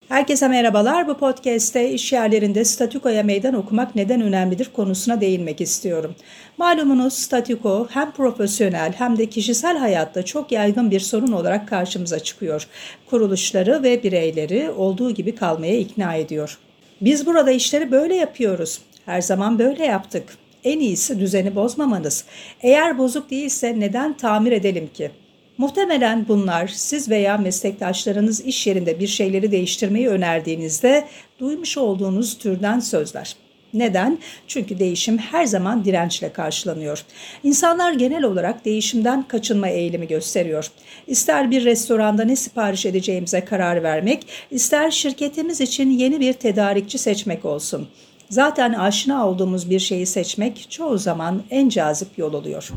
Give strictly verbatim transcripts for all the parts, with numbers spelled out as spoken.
Herkese merhabalar. Bu podcast'te iş yerlerinde statükoya meydan okumak neden önemlidir konusuna değinmek istiyorum. Malumunuz statüko hem profesyonel hem de kişisel hayatta çok yaygın bir sorun olarak karşımıza çıkıyor. Kuruluşları ve bireyleri olduğu gibi kalmaya ikna ediyor. Biz burada işleri böyle yapıyoruz. Her zaman böyle yaptık. En iyisi düzeni bozmamanız. Eğer bozuk değilse neden tamir edelim ki? Muhtemelen bunlar siz veya meslektaşlarınız iş yerinde bir şeyleri değiştirmeyi önerdiğinizde duymuş olduğunuz türden sözler. Neden? Çünkü değişim her zaman dirençle karşılanıyor. İnsanlar genel olarak değişimden kaçınma eğilimi gösteriyor. İster bir restoranda ne sipariş edeceğimize karar vermek, ister şirketimiz için yeni bir tedarikçi seçmek olsun. Zaten aşina olduğumuz bir şeyi seçmek çoğu zaman en cazip yol oluyor.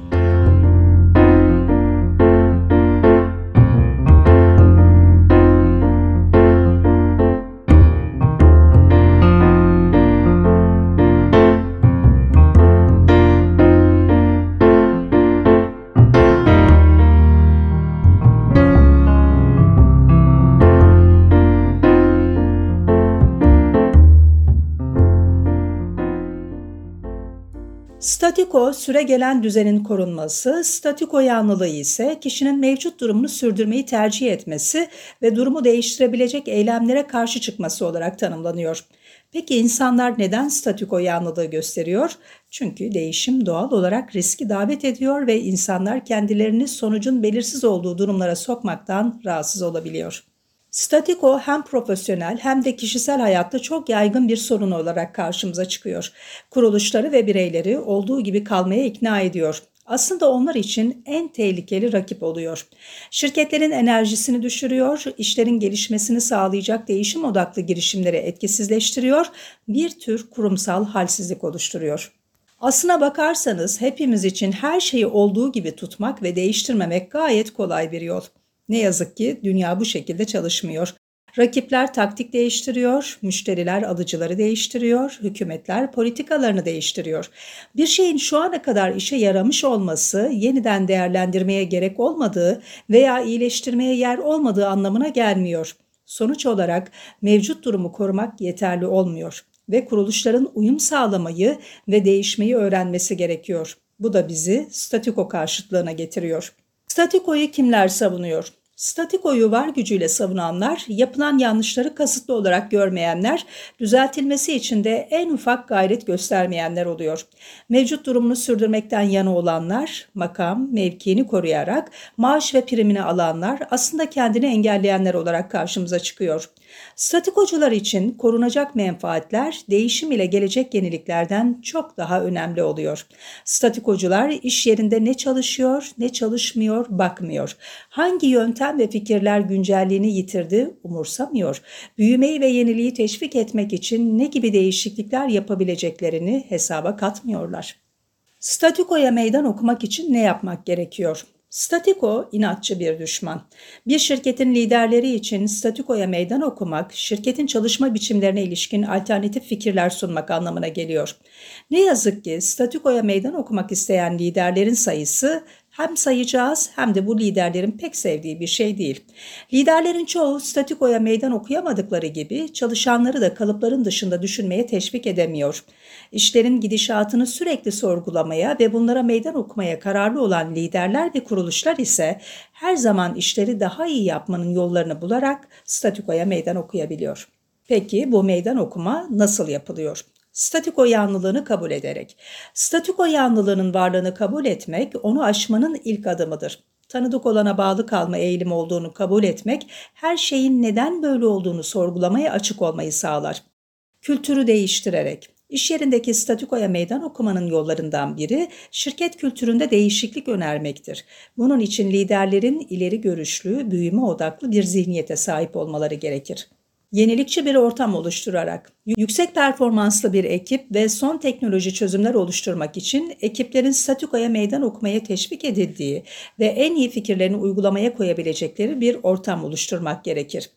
Statiko, süregelen düzenin korunması, statiko yanlılığı ise kişinin mevcut durumunu sürdürmeyi tercih etmesi ve durumu değiştirebilecek eylemlere karşı çıkması olarak tanımlanıyor. Peki insanlar neden statiko yanlılığı gösteriyor? Çünkü değişim doğal olarak riski davet ediyor ve insanlar kendilerini sonucun belirsiz olduğu durumlara sokmaktan rahatsız olabiliyor. Statiko hem profesyonel hem de kişisel hayatta çok yaygın bir sorun olarak karşımıza çıkıyor. Kuruluşları ve bireyleri olduğu gibi kalmaya ikna ediyor. Aslında onlar için en tehlikeli rakip oluyor. Şirketlerin enerjisini düşürüyor, işlerin gelişmesini sağlayacak değişim odaklı girişimleri etkisizleştiriyor, bir tür kurumsal halsizlik oluşturuyor. Aslına bakarsanız hepimiz için her şeyi olduğu gibi tutmak ve değiştirmemek gayet kolay bir yol. Ne yazık ki dünya bu şekilde çalışmıyor. Rakipler taktik değiştiriyor, müşteriler alıcıları değiştiriyor, hükümetler politikalarını değiştiriyor. Bir şeyin şu ana kadar işe yaramış olması, yeniden değerlendirmeye gerek olmadığı veya iyileştirmeye yer olmadığı anlamına gelmiyor. Sonuç olarak mevcut durumu korumak yeterli olmuyor ve kuruluşların uyum sağlamayı ve değişmeyi öğrenmesi gerekiyor. Bu da bizi statiko karşıtlığına getiriyor. Statikoyu kimler savunuyor? Statikoyu var gücüyle savunanlar, yapılan yanlışları kasıtlı olarak görmeyenler, düzeltilmesi için de en ufak gayret göstermeyenler oluyor. Mevcut durumunu sürdürmekten yana olanlar, makam, mevkiini koruyarak maaş ve primini alanlar aslında kendini engelleyenler olarak karşımıza çıkıyor. Statikocular için korunacak menfaatler değişim ile gelecek yeniliklerden çok daha önemli oluyor. Statikocular iş yerinde ne çalışıyor, ne çalışmıyor bakmıyor. Hangi yöntem ve fikirler güncelliğini yitirdi umursamıyor. Büyümeyi ve yeniliği teşvik etmek için ne gibi değişiklikler yapabileceklerini hesaba katmıyorlar. Statikoya meydan okumak için ne yapmak gerekiyor? Statiko inatçı bir düşman. Bir şirketin liderleri için statikoya meydan okumak, şirketin çalışma biçimlerine ilişkin alternatif fikirler sunmak anlamına geliyor. Ne yazık ki statikoya meydan okumak isteyen liderlerin sayısı hem sayacağız hem de bu liderlerin pek sevdiği bir şey değil. Liderlerin çoğu statikoya meydan okuyamadıkları gibi çalışanları da kalıpların dışında düşünmeye teşvik edemiyor. İşlerin gidişatını sürekli sorgulamaya ve bunlara meydan okumaya kararlı olan liderler ve kuruluşlar ise her zaman işleri daha iyi yapmanın yollarını bularak statikoya meydan okuyabiliyor. Peki bu meydan okuma nasıl yapılıyor? Statiko yanlılığını kabul ederek. Statiko yanlılığının varlığını kabul etmek, onu aşmanın ilk adımıdır. Tanıdık olana bağlı kalma eğilimi olduğunu kabul etmek, her şeyin neden böyle olduğunu sorgulamaya açık olmayı sağlar. Kültürü değiştirerek. İş yerindeki statikoya meydan okumanın yollarından biri, şirket kültüründe değişiklik önermektir. Bunun için liderlerin ileri görüşlü, büyüme odaklı bir zihniyete sahip olmaları gerekir. Yenilikçi bir ortam oluşturarak, yüksek performanslı bir ekip ve son teknoloji çözümler oluşturmak için ekiplerin statikoya meydan okumaya teşvik edildiği ve en iyi fikirlerini uygulamaya koyabilecekleri bir ortam oluşturmak gerekir.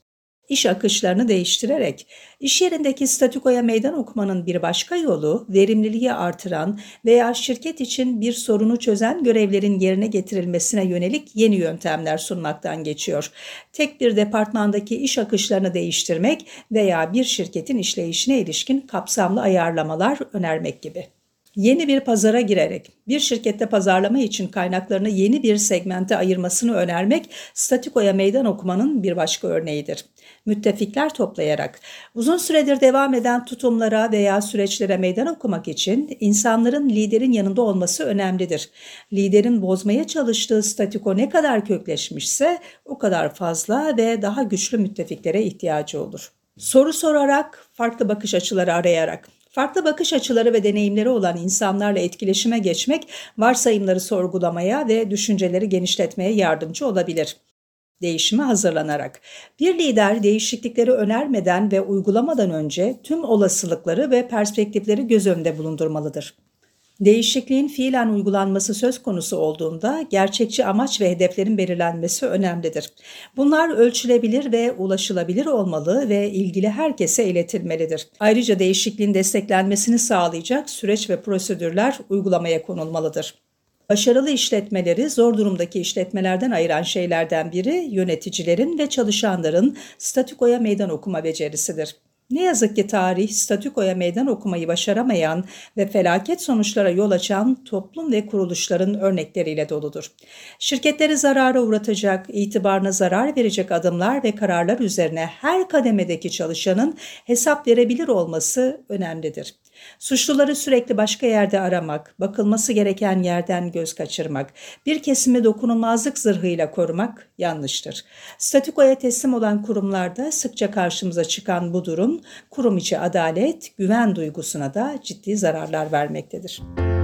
İş akışlarını değiştirerek. İş yerindeki statükoya meydan okumanın bir başka yolu, verimliliği artıran veya şirket için bir sorunu çözen görevlerin yerine getirilmesine yönelik yeni yöntemler sunmaktan geçiyor. Tek bir departmandaki iş akışlarını değiştirmek veya bir şirketin işleyişine ilişkin kapsamlı ayarlamalar önermek gibi. Yeni bir pazara girerek bir şirkette pazarlama için kaynaklarını yeni bir segmente ayırmasını önermek statükoya meydan okumanın bir başka örneğidir. Müttefikler toplayarak uzun süredir devam eden tutumlara veya süreçlere meydan okumak için insanların liderin yanında olması önemlidir. Liderin bozmaya çalıştığı statüko ne kadar kökleşmişse o kadar fazla ve daha güçlü müttefiklere ihtiyacı olur. Soru sorarak, farklı bakış açıları arayarak. Farklı bakış açıları ve deneyimleri olan insanlarla etkileşime geçmek, varsayımları sorgulamaya ve düşünceleri genişletmeye yardımcı olabilir. Değişime hazırlanarak. Bir lider değişiklikleri önermeden ve uygulamadan önce tüm olasılıkları ve perspektifleri göz önünde bulundurmalıdır. Değişikliğin fiilen uygulanması söz konusu olduğunda gerçekçi amaç ve hedeflerin belirlenmesi önemlidir. Bunlar ölçülebilir ve ulaşılabilir olmalı ve ilgili herkese iletilmelidir. Ayrıca değişikliğin desteklenmesini sağlayacak süreç ve prosedürler uygulamaya konulmalıdır. Başarılı işletmeleri zor durumdaki işletmelerden ayıran şeylerden biri yöneticilerin ve çalışanların statükoya meydan okuma becerisidir. Ne yazık ki tarih, statükoya meydan okumayı başaramayan ve felaket sonuçlara yol açan toplum ve kuruluşların örnekleriyle doludur. Şirketleri zarara uğratacak, itibarına zarar verecek adımlar ve kararlar üzerine her kademedeki çalışanın hesap verebilir olması önemlidir. Suçluları sürekli başka yerde aramak, bakılması gereken yerden göz kaçırmak, bir kesimi dokunulmazlık zırhıyla korumak yanlıştır. Statükoya teslim olan kurumlarda sıkça karşımıza çıkan bu durum, kurum içi adalet, güven duygusuna da ciddi zararlar vermektedir.